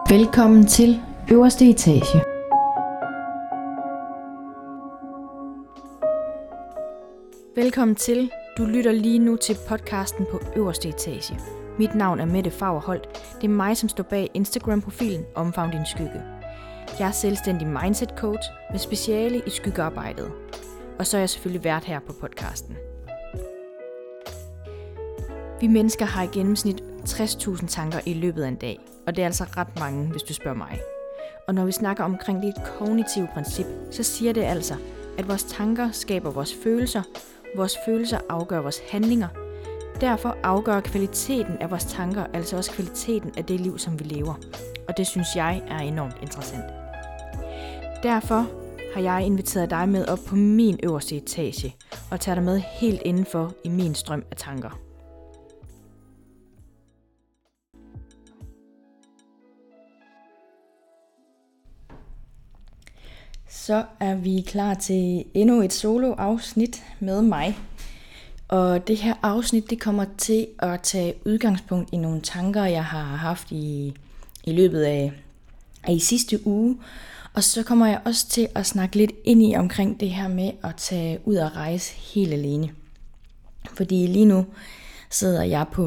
Velkommen til øverste etage. Velkommen til. Du lytter lige nu til podcasten på øverste etage. Mit navn er Mette Fagerholt. Det er mig, som står bag Instagram-profilen Omfavn din skygge. Jeg er selvstændig mindset coach med speciale i skyggearbejdet. Og så er jeg selvfølgelig vært her på podcasten. Vi mennesker har i gennemsnit 60.000 tanker i løbet af en dag, og det er altså ret mange, hvis du spørger mig. Og når vi snakker omkring det kognitive princip, så siger det altså, at vores tanker skaber vores følelser afgør vores handlinger. Derfor afgør kvaliteten af vores tanker altså også kvaliteten af det liv, som vi lever. Og det synes jeg er enormt interessant. Derfor har jeg inviteret dig med op på min øverste etage og tager dig med helt indenfor i min strøm af tanker. Så er vi klar til endnu et solo-afsnit med mig. Og det her afsnit, det kommer til at tage udgangspunkt i nogle tanker, jeg har haft i løbet af i sidste uge. Og så kommer jeg også til at snakke lidt ind i omkring det her med at tage ud og rejse helt alene. Fordi lige nu sidder jeg på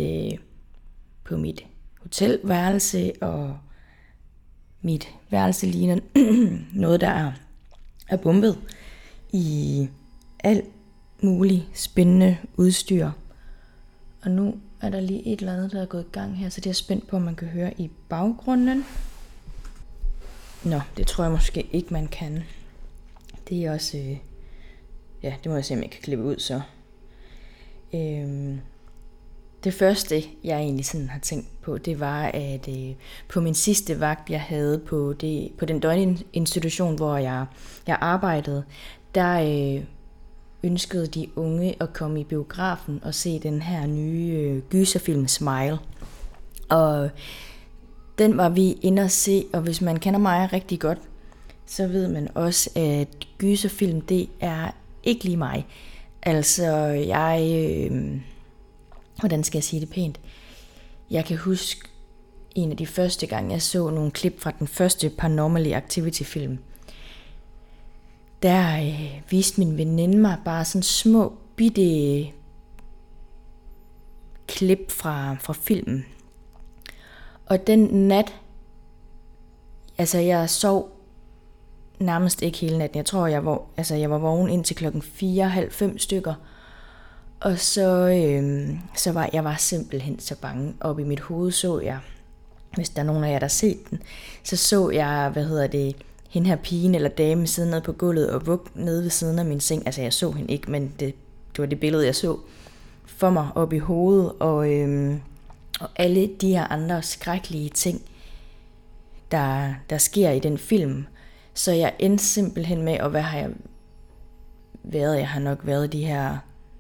mit hotelværelse, og mit værelse ligner noget, der er bumpet i alt muligt spændende udstyr. Og nu er der lige et eller andet, der er gået i gang her, så det er spændt på, om man kan høre i baggrunden. Nå, det tror jeg måske ikke, man kan. Det er også, det må jeg se, om jeg kan klippe ud så. Det første, jeg egentlig sådan har tænkt på, det var, at på min sidste vagt, jeg havde på den døgninstitution, hvor jeg arbejdede, der ønskede de unge at komme i biografen og se den her nye gyserfilm Smile. Og den var vi inde at se, og hvis man kender mig rigtig godt, så ved man også, at gyserfilm, det er ikke lige mig. Altså, hvordan skal jeg sige det pænt? Jeg kan huske en af de første gange, jeg så nogle klip fra den første Paranormal Activity-film. Der viste min veninde mig bare sådan små, bitte klip fra filmen. Og den nat, altså jeg sov nærmest ikke hele natten. Jeg tror, jeg var vågen indtil 4:30 stykker. Og så var jeg simpelthen så bange. Oppe i mit hoved så jeg, hvis der er nogen af jer, der har set den, så jeg, hende her pigen eller dame sidde nede på gulvet og vugge nede ved siden af min seng. Altså jeg så hende ikke, men det var det billede, jeg så for mig oppe i hovedet. Og alle de her andre skrækkelige ting, der sker i den film. Så jeg endte simpelthen med, og hvad har jeg været? Jeg har nok været de her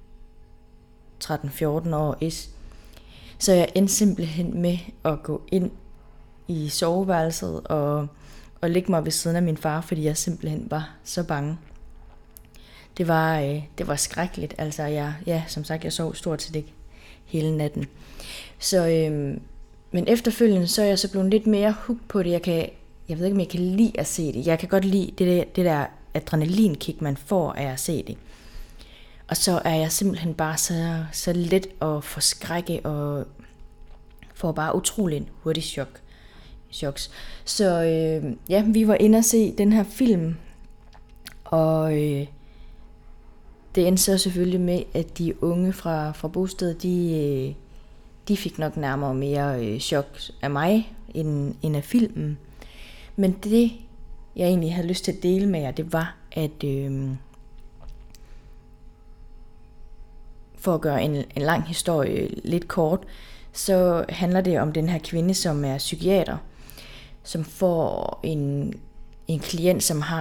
13-14 år is. Så jeg endte simpelthen med at gå ind i soveværelset og lægge mig ved siden af min far, fordi jeg simpelthen var så bange. Det var skrækkeligt. Altså som sagt, jeg sov stort set ikke hele natten. Så men efterfølgende så er jeg så blevet lidt mere hooked på det. Jeg ved ikke, om jeg kan lide at se det. Jeg kan godt lide det der adrenalinkick, man får af at se det. Og så er jeg simpelthen bare så let at forskrække og får bare utrolig en hurtig choks. Så vi var inde og se den her film, og det endte så selvfølgelig med, at de unge fra bostedet, de fik nok nærmere mere chok af mig end af filmen. Men det, jeg egentlig havde lyst til at dele med jer, det var, at for at gøre en lang historie lidt kort, så handler det om den her kvinde, som er psykiater, som får en klient,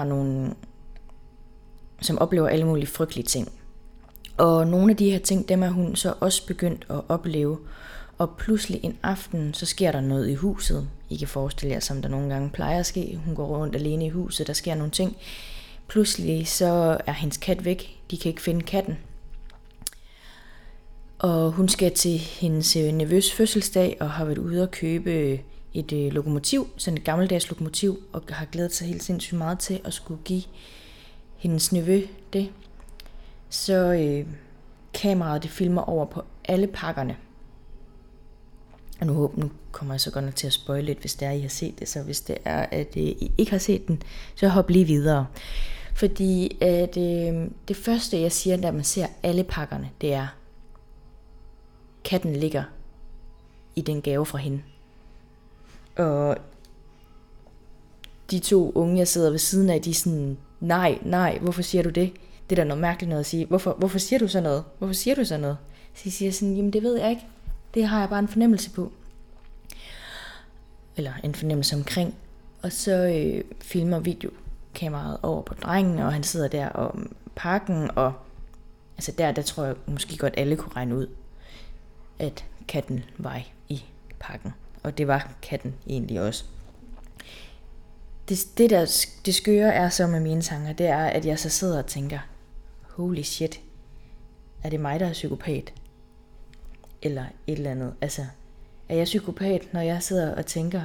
som oplever alle mulige frygtelige ting. Og nogle af de her ting, dem er hun så også begyndt at opleve. Og pludselig en aften, så sker der noget i huset. I kan forestille jer, som der nogle gange plejer at ske. Hun går rundt alene i huset, der sker nogle ting. Pludselig så er hendes kat væk. De kan ikke finde katten. Og hun skal til hendes nevøs fødselsdag og har været ude at købe et lokomotiv, sådan et gammeldags lokomotiv, og har glædet sig helt sindssygt meget til at skulle give hendes nevø det. Så kameraet det filmer over på alle pakkerne. Og nu kommer jeg så godt nok til at spoile lidt, hvis det er, I har set det. Så hvis det er, at I ikke har set den, så hop lige videre. Fordi at, det første, jeg siger, når man ser alle pakkerne, det er, katten ligger i den gave fra hende. Og de 2 unge, jeg sidder ved siden af, de er sådan, nej, hvorfor siger du det? Det er da noget mærkeligt noget at sige. Hvorfor siger du sådan noget? Hvorfor siger du sådan noget? Så jeg siger sådan, jamen det ved jeg ikke. Det har jeg bare en fornemmelse på. Eller en fornemmelse omkring. Og så filmer videokameraet over på drengen, og han sidder der om pakken, og altså der tror jeg måske godt alle kunne regne ud, at katten var i pakken. Og det var katten egentlig også. Det skøre er så med mine tanker, det er, at jeg så sidder og tænker, holy shit, er det mig, der er psykopat? Eller et eller andet. Altså, er jeg psykopat, når jeg sidder og tænker,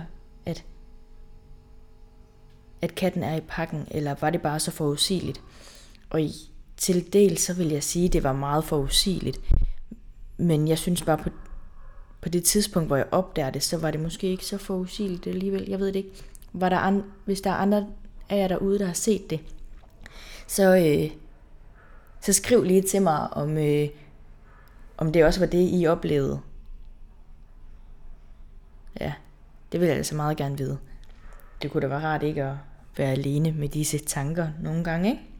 at katten er i pakken, eller var det bare så forudsigeligt? Og til del, så vil jeg sige, at det var meget forudsigeligt. Men jeg synes bare, på det tidspunkt, hvor jeg opdager det, så var det måske ikke så forudsigeligt alligevel. Jeg ved det ikke. Hvis der er andre af jer derude, der har set det, så skriv lige til mig, om det også var det, I oplevede. Ja, det vil jeg altså meget gerne vide. Det kunne da være rart ikke at være alene med disse tanker nogle gange, ikke?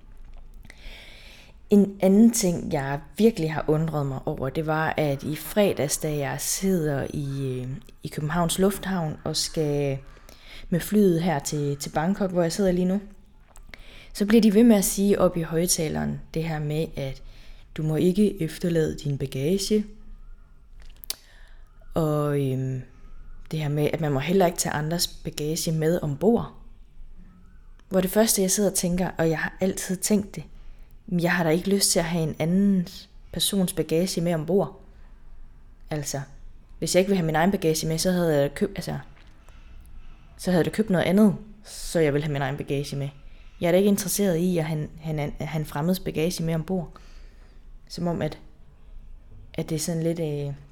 En anden ting, jeg virkelig har undret mig over, det var, at i fredags, da jeg sidder i Københavns Lufthavn og skal med flyet her til Bangkok, hvor jeg sidder lige nu, så bliver de ved med at sige op i højtaleren det her med, at du må ikke efterlade din bagage. Og det her med, at man må heller ikke tage andres bagage med ombord. Hvor det første, jeg sidder og tænker, og jeg har altid tænkt det, jeg har da ikke lyst til at have en anden persons bagage med ombord. Altså, hvis jeg ikke vil have min egen bagage med, så havde jeg købt noget andet, så jeg vil have min egen bagage med. Jeg er da ikke interesseret i at have en fremmeds bagage med ombord. Som om, at det er sådan lidt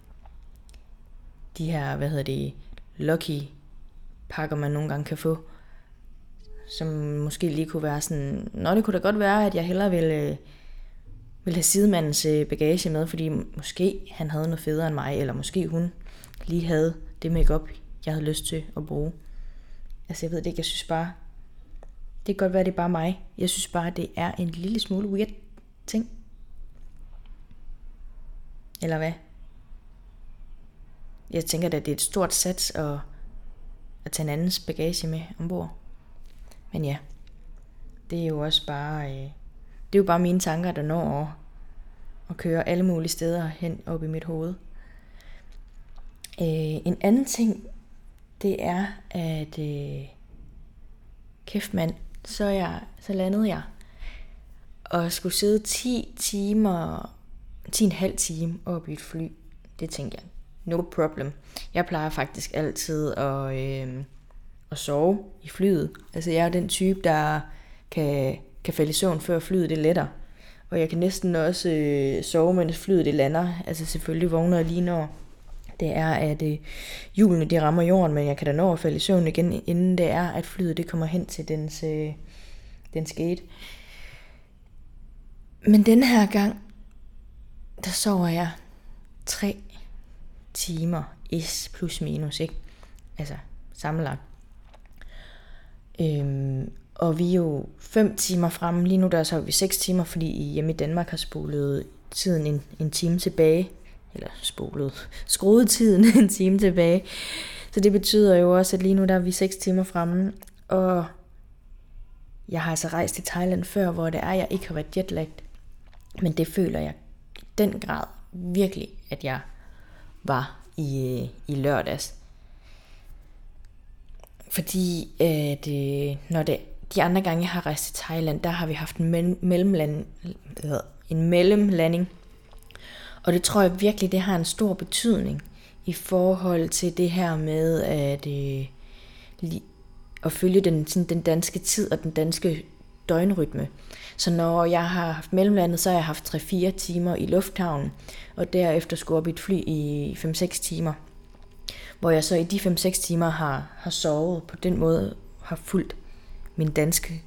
de her, lucky pakker, man nogle gange kan få. Som måske lige kunne være sådan, det kunne da godt være, at jeg hellere ville have sidemandens bagage med, fordi måske han havde noget federe end mig, eller måske hun lige havde det makeup, jeg havde lyst til at bruge. Altså jeg ved det ikke, jeg synes bare, det kan godt være, det er bare mig. Jeg synes bare, det er en lille smule weird ting. Eller hvad? Jeg tænker da, det er et stort sats at tage en andens bagage med ombord. Men ja, det er jo også bare, det er jo bare mine tanker, der når at køre alle mulige steder hen op i mit hoved. En anden ting, det er, at kæft mand, så landede jeg og skulle sidde 10,5 time oppe i et fly. Det tænker jeg, no problem. Jeg plejer faktisk altid at sove i flyet. Altså jeg er den type, der kan falde i søvn før flyet det letter. Og jeg kan næsten også sove, mens flyet det lander. Altså selvfølgelig vågner jeg lige når det er, at hjulene de rammer jorden, men jeg kan da nå at falde i søvn igen, inden det er, at flyet det kommer hen til dens gate. Men den her gang, der sover jeg 3 timer plus minus, ikke? Altså sammenlagt. Og vi er jo 5 timer fremme. Lige nu der så er vi 6 timer, fordi hjemme i Danmark har spolet tiden en time tilbage. Eller skruet tiden en time tilbage. Så det betyder jo også, at lige nu der er vi 6 timer fremme. Og jeg har altså rejst til Thailand før, hvor det er, jeg ikke har været jetlagd. Men det føler jeg i den grad virkelig, at jeg var i lørdags. Fordi at når de andre gange, jeg har rejst til Thailand, der har vi haft en mellemlanding. Og det tror jeg virkelig, det har en stor betydning i forhold til det her med at følge den danske tid og den danske døgnrytme. Så når jeg har haft mellemlandet, så har jeg haft 3-4 timer i lufthavnen, og derefter skulle op i et fly i 5-6 timer. Hvor jeg så i de 5-6 timer har sovet, på den måde har fulgt min danske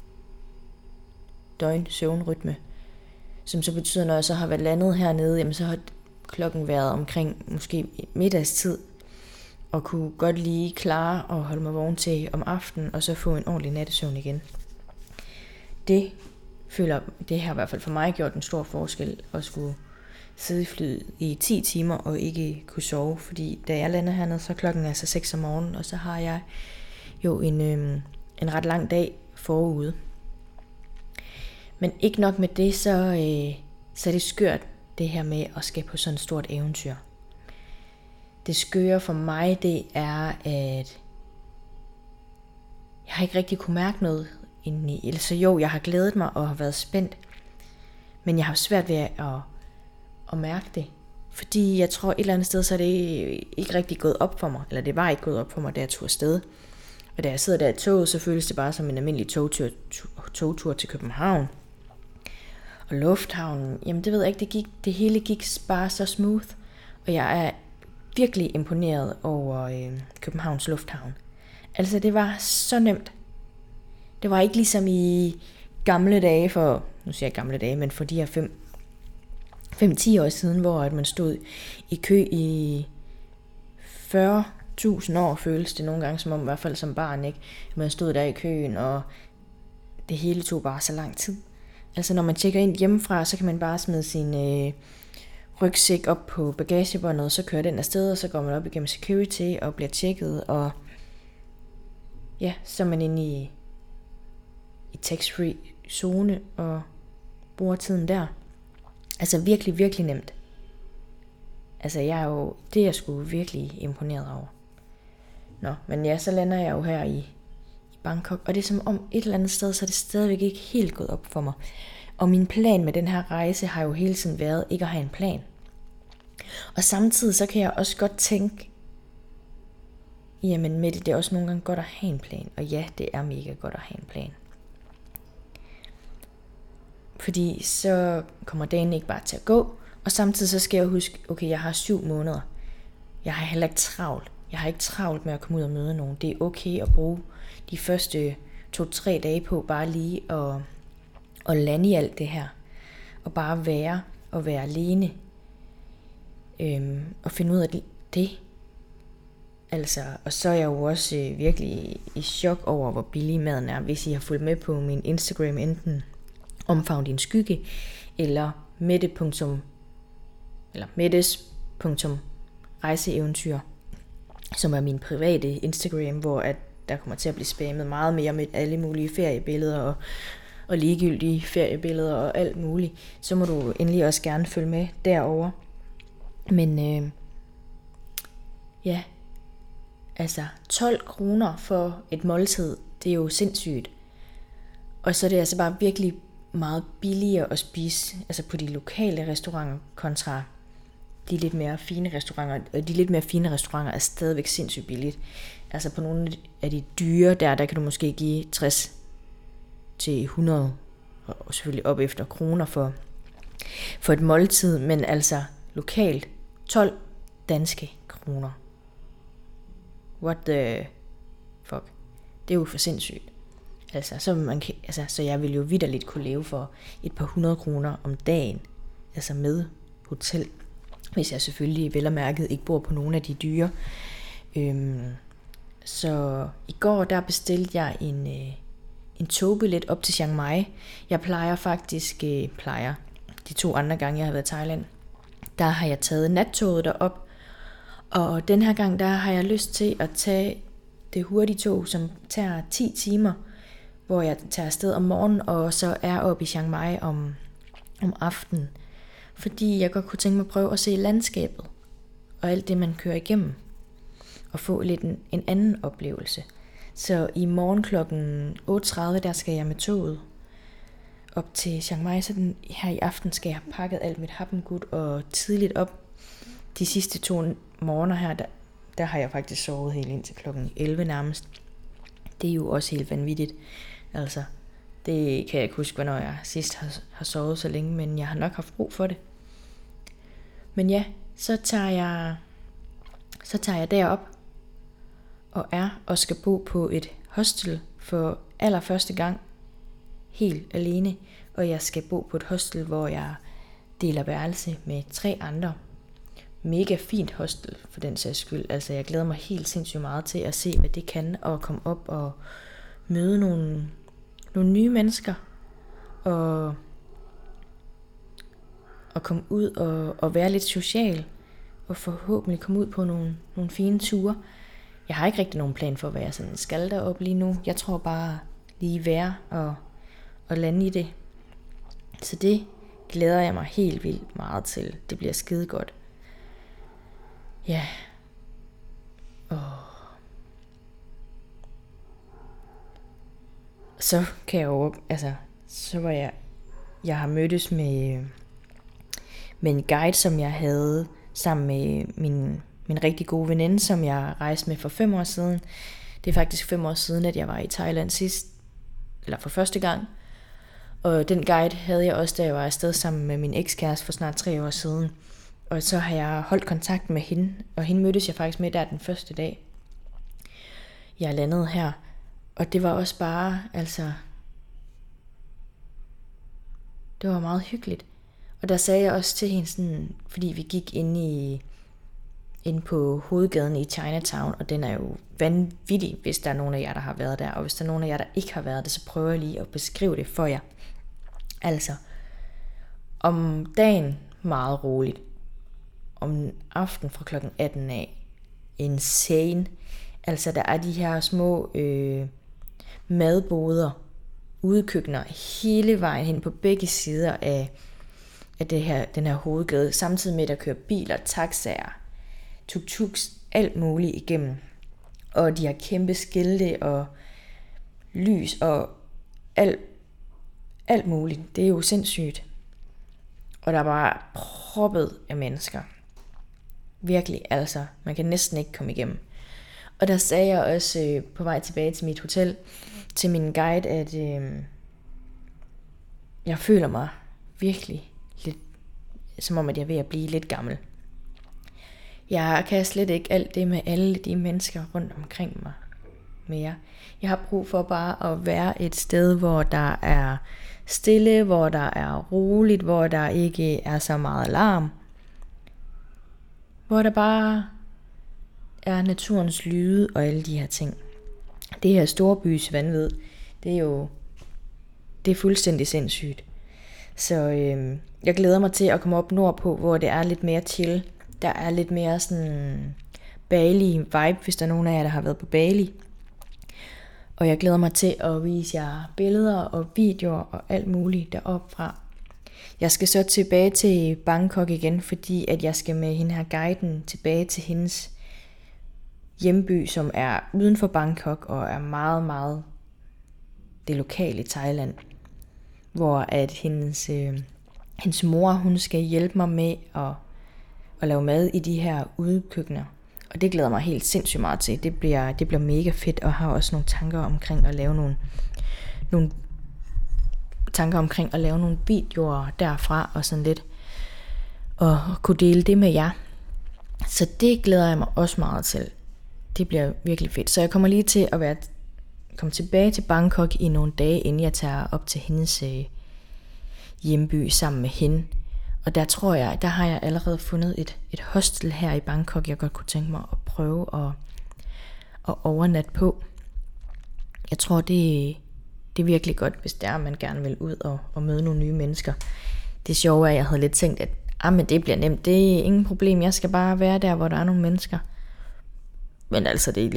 søvnrytme. Som så betyder, når jeg så har været landet hernede, jamen så har klokken været omkring måske middagstid, og kunne godt lige klare at holde mig vågen til om aftenen, og så få en ordentlig nattesøvn igen. Det har i hvert fald for mig gjort en stor forskel, at skulle sidde i flyet i 10 timer og ikke kunne sove, fordi da jeg lander hernede, så klokken er 6 om morgenen, og så har jeg jo en ret lang dag forude. Men ikke nok med det, så er det skørt, det her med at skal på sådan et stort eventyr. Det skøre for mig, det er, at jeg har ikke rigtig kunne mærke noget indeni. Eller så jo, jeg har glædet mig og har været spændt, men jeg har svært ved at mærke det. Fordi jeg tror et eller andet sted, så er det ikke rigtig gået op for mig. Eller det var ikke gået op for mig, da jeg tog afsted. Og da jeg sidder der i toget, så føles det bare som en almindelig togtur til København. Og lufthavnen, jamen det ved jeg ikke, det hele gik bare så smooth. Og jeg er virkelig imponeret over Københavns Lufthavn. Altså det var så nemt. Det var ikke ligesom i gamle dage nu siger jeg gamle dage, men for de her 5-10 år siden, hvor at man stod i kø i 40.000 år, føles det nogle gange som om, i hvert fald som barn, ikke? Man stod der i køen, og det hele tog bare så lang tid. Altså når man tjekker ind hjemmefra, så kan man bare smide sin rygsæk op på bagagebåndet, så kører den afsted, og så går man op igennem security og bliver tjekket, og ja, så er man inde i tax-free zone og bruger tiden der. Altså virkelig, virkelig nemt. Altså det er jeg sgu virkelig imponeret over. Nå, men ja, så lander jeg jo her i Bangkok, og det er som om et eller andet sted, så er det stadigvæk ikke helt gået op for mig. Og min plan med den her rejse har jo hele tiden været ikke at have en plan. Og samtidig så kan jeg også godt tænke, jamen Mette, det er også nogle gange godt at have en plan. Og ja, det er mega godt at have en plan. Fordi så kommer dagen ikke bare til at gå, og samtidig så skal jeg huske, okay, jeg har 7 måneder. Jeg har heller ikke travlt. Jeg har ikke travlt med at komme ud og møde nogen. Det er okay at bruge de første 2-3 dage på bare lige at lande i alt det her. Og bare være alene. Og finde ud af det. Altså, og så er jeg jo også virkelig i chok over, hvor billig maden er. Hvis I har fulgt med på min Instagram, enten Omfavn din skygge, eller mettes.rejseeventyr, som er min private Instagram, hvor at der kommer til at blive spammet meget mere med alle mulige feriebilleder og ligegyldige feriebilleder og alt muligt. Så må du endelig også gerne følge med derover. Men ja, altså 12 kroner for et måltid, det er jo sindssygt. Og så er det altså bare virkelig meget billigere at spise altså på de lokale restauranter kontra de lidt mere fine restauranter. Og de lidt mere fine restauranter er stadigvæk sindssygt billigt. Altså på nogle af de dyre der kan du måske give 60 til 100 og selvfølgelig op efter kroner for et måltid, men altså lokalt 12 danske kroner. What the fuck? Det er jo for sindssygt. Altså, så jeg vil jo vitterligt kunne leve for et par 100 kroner om dagen, altså med hotel, hvis jeg selvfølgelig vel og mærket ikke bor på nogle af de dyre. Så i går der bestilte jeg en togbillet op til Chiang Mai. Jeg plejer faktisk, de 2 andre gange jeg har været i Thailand, der har jeg taget nattoget derop, og den her gang der har jeg lyst til at tage det hurtige tog, som tager 10 timer, hvor jeg tager afsted om morgenen, og så er oppe i Chiang Mai om aftenen. Fordi jeg godt kunne tænke mig at prøve at se landskabet, og alt det man kører igennem, og få lidt en anden oplevelse. Så i morgen klokken 8.30, der skal jeg med toget op til Chiang Mai, så her i aften skal jeg have pakket alt mit happengud og tidligt op, de sidste 2 morgener her, der har jeg faktisk sovet helt indtil klokken 11 nærmest. Det er jo også helt vanvittigt. Altså, det kan jeg ikke huske, hvornår jeg sidst har sovet så længe, men jeg har nok haft brug for det. Men ja, så tager jeg derop og skal bo på et hostel for allerførste gang helt alene. Og jeg skal bo på et hostel, hvor jeg deler værelse med 3 andre. Mega fint hostel for den sags skyld. Altså jeg glæder mig helt sindssygt meget til at se, hvad det kan, og komme op og møde nogle nye mennesker. Og komme ud og være lidt social. Og forhåbentlig komme ud på nogle fine ture. Jeg har ikke rigtig nogen plan for, hvad jeg sådan skal derop lige nu. Jeg tror bare lige være og lande i det. Så det glæder jeg mig helt vildt meget til. Det bliver skide godt. Ja. Så kan jeg jo, så var jeg har mødtes med en guide, som jeg havde sammen med min rigtig gode veninde, som jeg rejste med for 5 år siden. Det er faktisk 5 år siden, at jeg var i Thailand for første gang. Og den guide havde jeg også, da jeg var afsted sammen med min ekskæreste for snart 3 år siden. Og så har jeg holdt kontakt med hende, og hende mødtes jeg faktisk med der den første dag, jeg landede her. Og det var også bare, det var meget hyggeligt. Og der sagde jeg også til hende sådan, fordi vi gik ind på hovedgaden i Chinatown, og den er jo vanvittig, hvis der er nogen af jer, der har været der. Og hvis der er nogen af jer, der ikke har været der, så prøver jeg lige at beskrive det for jer. Altså, om dagen meget roligt. Om aften fra klokken 18 af. Insane. Altså, der er de her små madboder, udekøkkener hele vejen hen på begge sider af den her hovedgade. Samtidig med, at der kører biler, taxaer, tuk-tuks, alt muligt igennem. Og de har kæmpe skilte og lys og alt muligt. Det er jo sindssygt. Og der er bare proppet af mennesker. Virkelig, man kan næsten ikke komme igennem. Og der sagde jeg også på vej tilbage til mit hotel, til min guide, at jeg føler mig virkelig lidt, som om at jeg er ved at blive lidt gammel. Jeg kan slet ikke alt det med alle de mennesker rundt omkring mig mere. Jeg har brug for bare at være et sted, hvor der er stille, hvor der er roligt, hvor der ikke er så meget larm. Hvor der bare er naturens lyde og alle de her ting. Det her storbys vanvid, det er fuldstændig sindssygt. Så jeg glæder mig til at komme op nordpå, hvor det er lidt mere chill. Der er lidt mere sådan Bali-vibe, hvis der er nogen af jer, der har været på Bali. Og jeg glæder mig til at vise jer billeder og videoer og alt muligt deroppe fra. Jeg skal så tilbage til Bangkok igen, fordi at jeg skal med hende her guiden tilbage til hendes hjemby, som er uden for Bangkok og er meget, meget det lokale Thailand. Hvor at hendes mor, hun skal hjælpe mig med at lave mad i de her udekøkkener. Og det glæder mig helt sindssygt meget til. Det bliver mega fedt, og har også nogle tanker omkring at lave nogle videoer derfra og sådan lidt. Og kunne dele det med jer. Så det glæder jeg mig også meget til. Det bliver virkelig fedt. Så jeg kommer lige til at komme tilbage til Bangkok i nogle dage, inden jeg tager op til hendes hjemby sammen med hende. Og der har jeg allerede fundet et hostel her i Bangkok, jeg godt kunne tænke mig at prøve at overnatte på. Jeg tror, det er virkelig godt, hvis det er, at man gerne vil ud og møde nogle nye mennesker. Det sjove er, at jeg havde lidt tænkt, at men det bliver nemt, det er ingen problem, jeg skal bare være der, hvor der er nogle mennesker. Men altså, det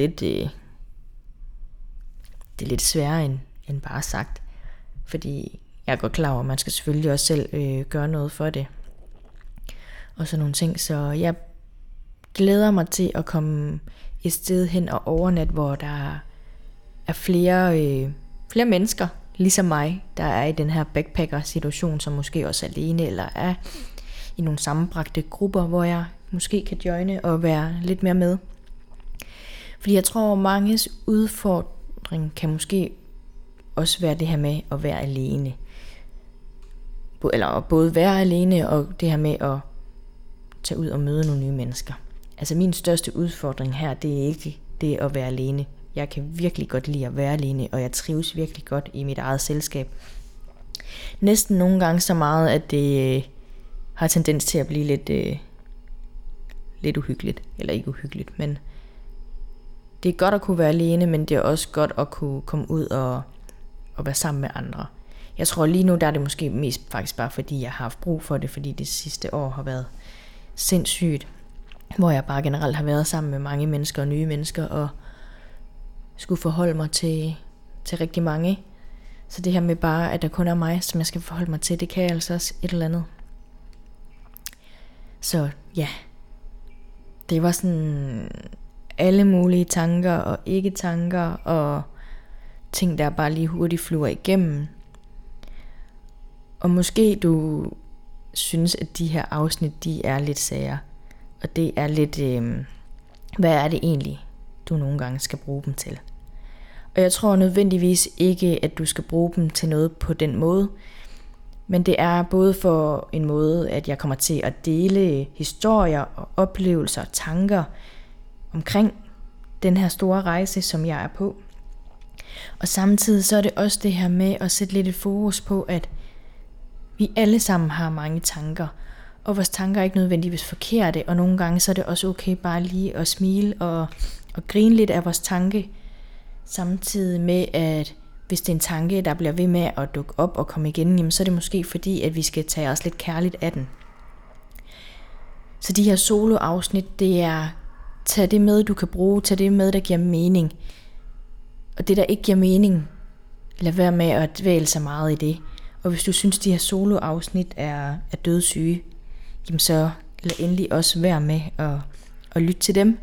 er lidt sværere end bare sagt. Fordi jeg er godt klar over, at man skal selvfølgelig også selv gøre noget for det. Og sådan nogle ting. Så jeg glæder mig til at komme et sted hen og overnatte, hvor der er flere mennesker, ligesom mig, der er i den her backpacker-situation, som måske også er alene, eller er i nogle sammenbragte grupper, hvor jeg måske kan joine og være lidt mere med. Fordi jeg tror, manges udfordring kan måske også være det her med at være alene. Eller både være alene og det her med at tage ud og møde nogle nye mennesker. Altså min største udfordring her, det er ikke det at være alene. Jeg kan virkelig godt lide at være alene, og jeg trives virkelig godt i mit eget selskab. Næsten nogle gange så meget, at det har tendens til at blive lidt uhyggeligt. Eller ikke uhyggeligt, men det er godt at kunne være alene, men det er også godt at kunne komme ud og være sammen med andre. Jeg tror lige nu, der er det måske mest faktisk bare fordi, jeg har haft brug for det, fordi det sidste år har været sindssygt, hvor jeg bare generelt har været sammen med mange mennesker og nye mennesker, og skulle forholde mig til rigtig mange. Så det her med bare, at der kun er mig, som jeg skal forholde mig til, det kan jeg altså også et eller andet. Så ja, det var sådan alle mulige tanker og ikke-tanker, og ting, der bare lige hurtigt flyver igennem. Og måske du synes, at de her afsnit, de er lidt sære. Og det er lidt, hvad er det egentlig, du nogle gange skal bruge dem til? Og jeg tror nødvendigvis ikke, at du skal bruge dem til noget på den måde. Men det er både for en måde, at jeg kommer til at dele historier og oplevelser og tanker omkring den her store rejse, som jeg er på. Og samtidig så er det også det her med at sætte lidt et fokus på, at vi alle sammen har mange tanker. Og vores tanker er ikke nødvendigvis forkerte, og nogle gange så er det også okay bare lige at smile og grine lidt af vores tanke. Samtidig med, at hvis det er en tanke, der bliver ved med at dukke op og komme igen, jamen, så er det måske fordi, at vi skal tage os lidt kærligt af den. Så de her solo-afsnit, det er, tag det med, du kan bruge, tag det med, der giver mening. Og det, der ikke giver mening, lad være med at dvæle så meget i det. Og hvis du synes, de her solo-afsnit er dødssyge, jamen så lad endelig også være med at lytte til dem.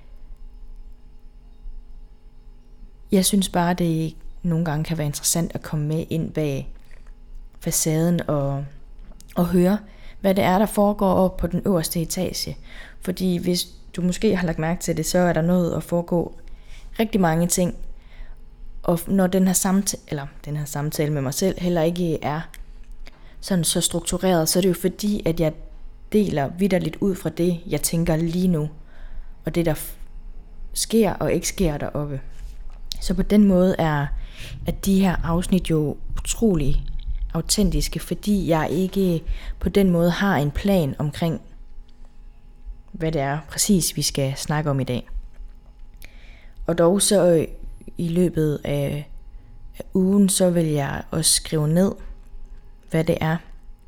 Jeg synes bare, det nogle gange kan være interessant at komme med ind bag facaden og høre, hvad det er, der foregår op på den øverste etage. Fordi hvis du måske har lagt mærke til det, så er der noget at foregå rigtig mange ting. Og når den her samtale med mig selv heller ikke er sådan så struktureret, så er det jo fordi, at jeg deler vitterligt ud fra det, jeg tænker lige nu. Og det, der sker og ikke sker deroppe. Så på den måde er at de her afsnit jo utrolig autentiske, fordi jeg ikke på den måde har en plan omkring, hvad det er præcis, vi skal snakke om i dag. Og dog så i løbet af ugen, så vil jeg også skrive ned, hvad det er,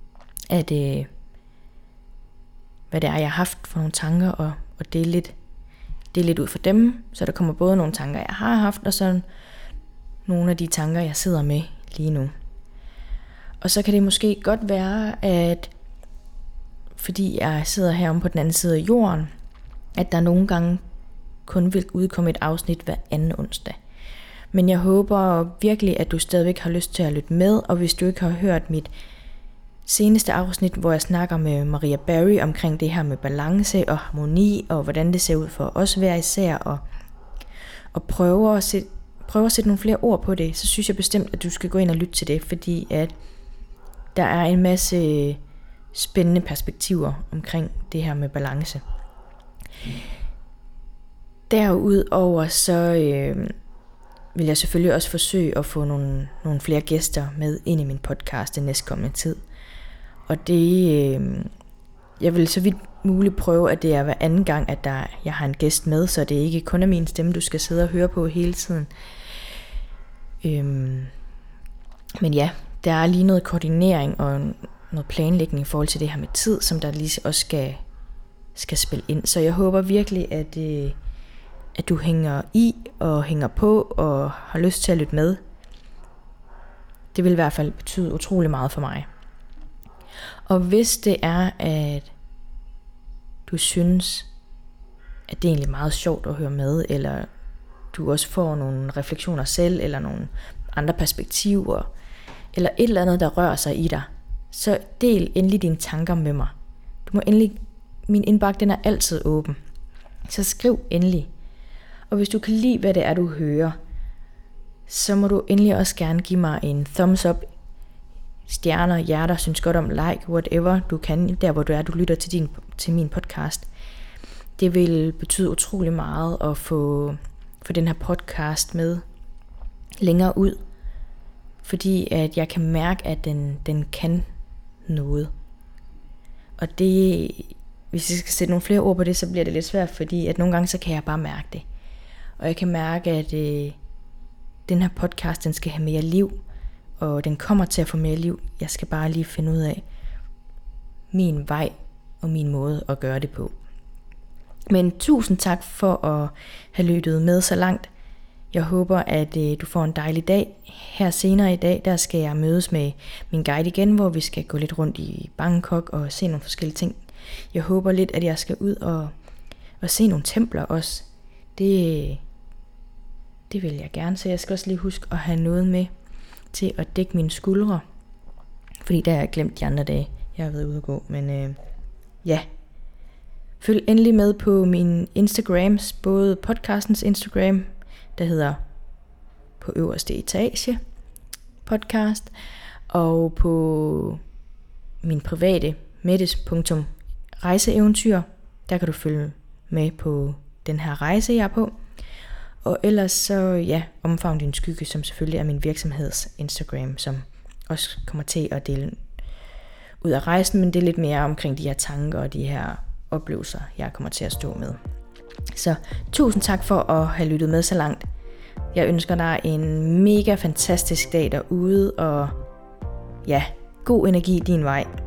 jeg har haft for nogle tanker, og det er lidt ud for dem, så der kommer både nogle tanker, jeg har haft, og så nogle af de tanker, jeg sidder med lige nu. Og så kan det måske godt være, at fordi jeg sidder herom på den anden side af jorden, at der nogle gange kun vil udkomme et afsnit hver anden onsdag. Men jeg håber virkelig, at du stadigvæk har lyst til at lytte med, og hvis du ikke har hørt mit seneste afsnit, hvor jeg snakker med Maria Barry omkring det her med balance og harmoni, og hvordan det ser ud for os hver især, og prøve at sætte nogle flere ord på det, så synes jeg bestemt, at du skal gå ind og lytte til det, fordi at der er en masse spændende perspektiver omkring det her med balance. Derudover så vil jeg selvfølgelig også forsøge at få nogle flere gæster med ind i min podcast den næstkommende tid. Og det, jeg vil så vidt muligt prøve, at det er hver anden gang, at jeg har en gæst med, så det ikke kun er min stemme, du skal sidde og høre på hele tiden. Men ja, der er lige noget koordinering og noget planlægning i forhold til det her med tid, som der lige også skal spille ind. Så jeg håber virkelig, at du hænger i og hænger på og har lyst til at lytte med. Det vil i hvert fald betyde utrolig meget for mig. Og hvis det er, at du synes, at det er egentlig meget sjovt at høre med, eller du også får nogle refleksioner selv, eller nogle andre perspektiver, eller et eller andet, der rører sig i dig, så del endelig dine tanker med mig. min indbakke den er altid åben. Så skriv endelig. Og hvis du kan lide, hvad det er, du hører, så må du endelig også gerne give mig en thumbs up, stjerner, hjerter, synes godt om, like, whatever du kan, der hvor du er, du lytter til min podcast. Det vil betyde utrolig meget at få den her podcast med længere ud, fordi at jeg kan mærke, at den kan noget. Og det, hvis jeg skal sætte nogle flere ord på det, så bliver det lidt svært, fordi at nogle gange så kan jeg bare mærke det. Og jeg kan mærke, at den her podcast, den skal have mere liv, og den kommer til at få mere liv. Jeg skal bare lige finde ud af min vej og min måde at gøre det på. Men tusind tak for at have lyttet med så langt. Jeg håber, at du får en dejlig dag. Her senere i dag, der skal jeg mødes med min guide igen, hvor vi skal gå lidt rundt i Bangkok og se nogle forskellige ting. Jeg håber lidt, at jeg skal ud og se nogle templer også. Det vil jeg gerne, så jeg skal også lige huske at have noget med til at dække mine skuldre. Fordi der har jeg glemt de andre dage, jeg har været ude at gå. Men ja, følg endelig med på mine Instagrams, både podcastens Instagram, der hedder På Øverste Etage podcast, og på min private mettes.rejseeventyr. Der kan du følge med på den her rejse, jeg er på. Og ellers så, omfavn din skygge, som selvfølgelig er min virksomheds Instagram, som også kommer til at dele ud af rejsen, men det er lidt mere omkring de her tanker og de her oplevelser, jeg kommer til at stå med. Så tusind tak for at have lyttet med så langt. Jeg ønsker dig en mega fantastisk dag derude, og god energi din vej.